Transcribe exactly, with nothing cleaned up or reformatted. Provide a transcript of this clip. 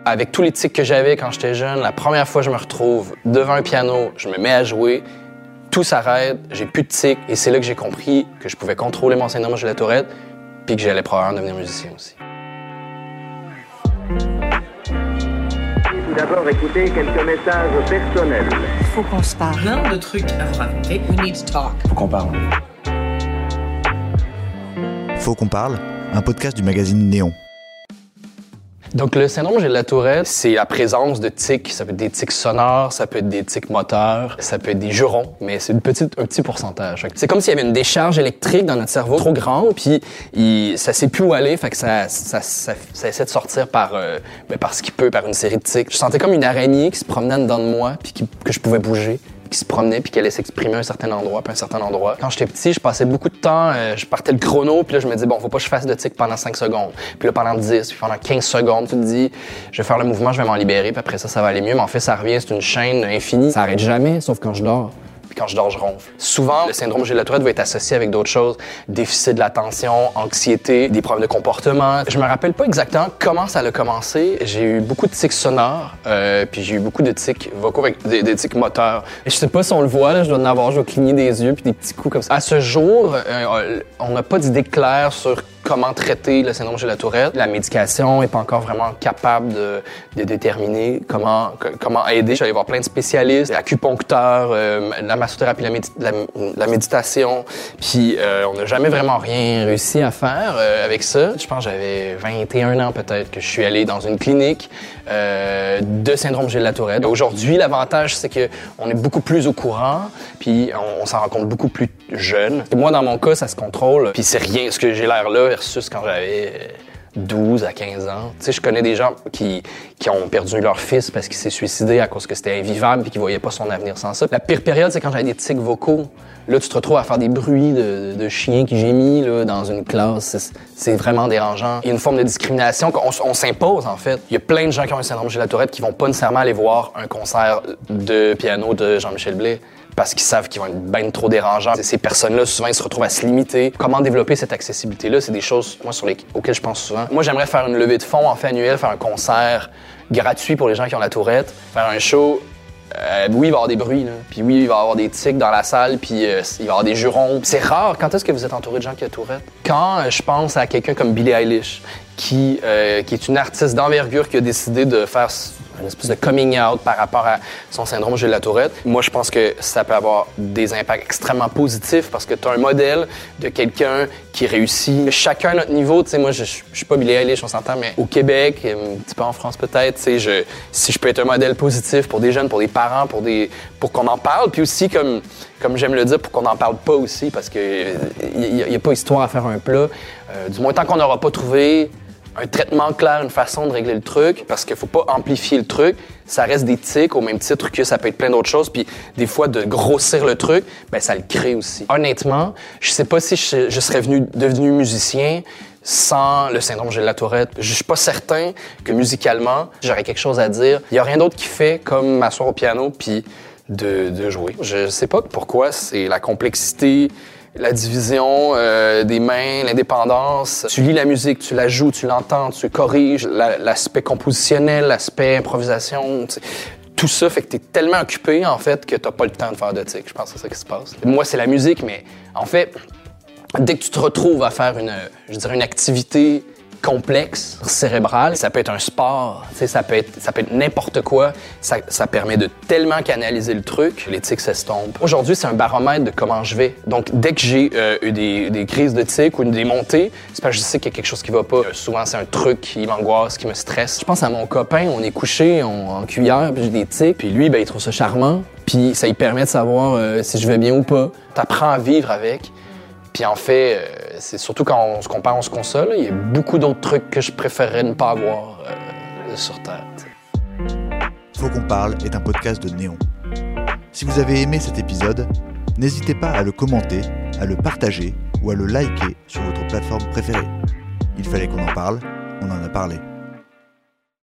avec tous les tics que j'avais quand j'étais jeune, la première fois que je me retrouve devant un piano, je me mets à jouer, tout s'arrête, j'ai plus de tics, et c'est là que j'ai compris que je pouvais contrôler mon syndrome de la Tourette, puis que j'allais probablement devenir musicien aussi. Tout d'abord, écoutez quelques messages personnels. Faut qu'on se parle. Plein de trucs à vous raconter. We need to talk. Faut qu'on parle. Faut qu'on parle, un podcast du magazine Néon. Donc, le syndrome de la Tourette, c'est la présence de tics. Ça peut être des tics sonores, ça peut être des tics moteurs, ça peut être des jurons, mais c'est une petite, un petit pourcentage. C'est comme s'il y avait une décharge électrique dans notre cerveau trop grande, puis il, ça sait plus où aller, fait que ça, ça, ça, ça essaie de sortir par, euh, ben, par ce qu'il peut, par une série de tics. Je sentais comme une araignée qui se promenait dedans de moi, puis qui, que je pouvais bouger, qui se promenait, puis qui allait s'exprimer à un certain endroit, puis à un certain endroit. Quand j'étais petit, je passais beaucoup de temps, euh, je partais le chrono, puis là, je me disais, bon, faut pas que je fasse de tic pendant cinq secondes. Puis là, pendant dix, puis pendant quinze secondes, tu te dis, je vais faire le mouvement, je vais m'en libérer, puis après ça, ça va aller mieux. Mais en fait, ça revient, c'est une chaîne infinie. Ça arrête jamais, sauf quand je dors. Puis quand je dors, je ronfle. Souvent, le syndrome de la Tourette va être associé avec d'autres choses. Déficit de l'attention, anxiété, des problèmes de comportement. Je me rappelle pas exactement comment ça a commencé. J'ai eu beaucoup de tics sonores, euh, puis j'ai eu beaucoup de tics vocaux, avec des, des tics moteurs. Je sais pas si on le voit, là, je dois en avoir, je dois cligner des yeux, puis des petits coups comme ça. À ce jour, euh, on n'a pas d'idée claire sur comment traiter le syndrome de la Tourette. La médication n'est pas encore vraiment capable de, de déterminer comment, comment aider. Je suis allé voir plein de spécialistes, acupuncteurs, euh, la massothérapie, la, médi- la, la méditation. Puis euh, on n'a jamais vraiment rien réussi à faire euh, avec ça. Je pense que j'avais vingt et un ans peut-être que je suis allé dans une clinique euh, de syndrome de la Tourette. Aujourd'hui, l'avantage, c'est qu'on est beaucoup plus au courant, puis on, on s'en rend compte beaucoup plus jeune. Et moi, dans mon cas, ça se contrôle, puis c'est rien, ce que j'ai l'air là, versus quand j'avais douze à quinze ans. Tu sais, je connais des gens qui, qui ont perdu leur fils parce qu'il s'est suicidé à cause que c'était invivable et qu'ils voyaient pas son avenir sans ça. La pire période, c'est quand j'avais des tics vocaux. Là, tu te retrouves à faire des bruits de, de chiens qui gémissent là, dans une classe. C'est, c'est vraiment dérangeant. Il y a une forme de discrimination qu'on on s'impose, en fait. Il y a plein de gens qui ont un syndrome de la Tourette qui vont pas nécessairement aller voir un concert de piano de Jean-Michel Blais parce qu'ils savent qu'ils vont être bien trop dérangeants. Ces personnes-là, souvent, ils se retrouvent à se limiter. Comment développer cette accessibilité-là? C'est des choses, moi, sur les, auxquelles je pense souvent. Moi, j'aimerais faire une levée de fonds, en fait, annuelle, faire un concert gratuit pour les gens qui ont la Tourette, faire un show. Euh, oui, il va y avoir des bruits, là. Puis oui, il va y avoir des tics dans la salle, puis euh, il va y avoir des jurons. C'est rare. Quand est-ce que vous êtes entouré de gens qui ont la Tourette? Quand euh, je pense à quelqu'un comme Billie Eilish, qui, euh, qui est une artiste d'envergure qui a décidé de faire une espèce de coming out par rapport à son syndrome de la Tourette. Moi, je pense que ça peut avoir des impacts extrêmement positifs parce que tu as un modèle de quelqu'un qui réussit. Chacun à notre niveau, tu sais, moi, je, je, je suis pas Billie Eilish, on s'entend, mais au Québec, un petit peu en France peut-être, tu sais, je, si je peux être un modèle positif pour des jeunes, pour des parents, pour des, pour qu'on en parle, puis aussi, comme, comme j'aime le dire, pour qu'on n'en parle pas aussi, parce que il n'y a, a pas histoire à faire un plat. Euh, du moins, tant qu'on n'aura pas trouvé un traitement clair, une façon de régler le truc, parce qu'il faut pas amplifier le truc. Ça reste des tics au même titre que ça peut être plein d'autres choses. Puis des fois, de grossir le truc, ben ça le crée aussi. Honnêtement, je sais pas si je, je serais venu, devenu musicien sans le syndrome de la Tourette. Je suis pas certain que musicalement, j'aurais quelque chose à dire. Il y a rien d'autre qui fait comme m'asseoir au piano puis de, de jouer. Je sais pas pourquoi, c'est la complexité, la division euh, des mains, l'indépendance. Tu lis la musique, tu la joues, tu l'entends, tu corriges, la, l'aspect compositionnel, l'aspect improvisation. T'sais. Tout ça fait que t'es tellement occupé, en fait, que t'as pas le temps de faire de tic. Je pense que c'est ça qui se passe. Moi, c'est la musique, mais en fait, dès que tu te retrouves à faire une, je dirais, une activité complexe, cérébral, ça peut être un sport, ça peut être, ça peut être n'importe quoi. Ça, ça permet de tellement canaliser le truc, les tics s'estompent. Aujourd'hui, c'est un baromètre de comment je vais. Donc, dès que j'ai euh, eu des, des crises de tics ou des montées, c'est parce que je sais qu'il y a quelque chose qui va pas. Euh, souvent, c'est un truc qui m'angoisse, qui me stresse. Je pense à mon copain, on est couché on, en cuillère, puis j'ai des tics, puis lui, ben, il trouve ça charmant, puis ça lui permet de savoir euh, si je vais bien ou pas. T'apprends à vivre avec. Puis en fait, euh, c'est surtout quand on se compare, on se console, il y a beaucoup d'autres trucs que je préférerais ne pas avoir euh, sur Terre. T'sais. Faut qu'on parle est un podcast de Néon. Si vous avez aimé cet épisode, n'hésitez pas à le commenter, à le partager ou à le liker sur votre plateforme préférée. Il fallait qu'on en parle, on en a parlé.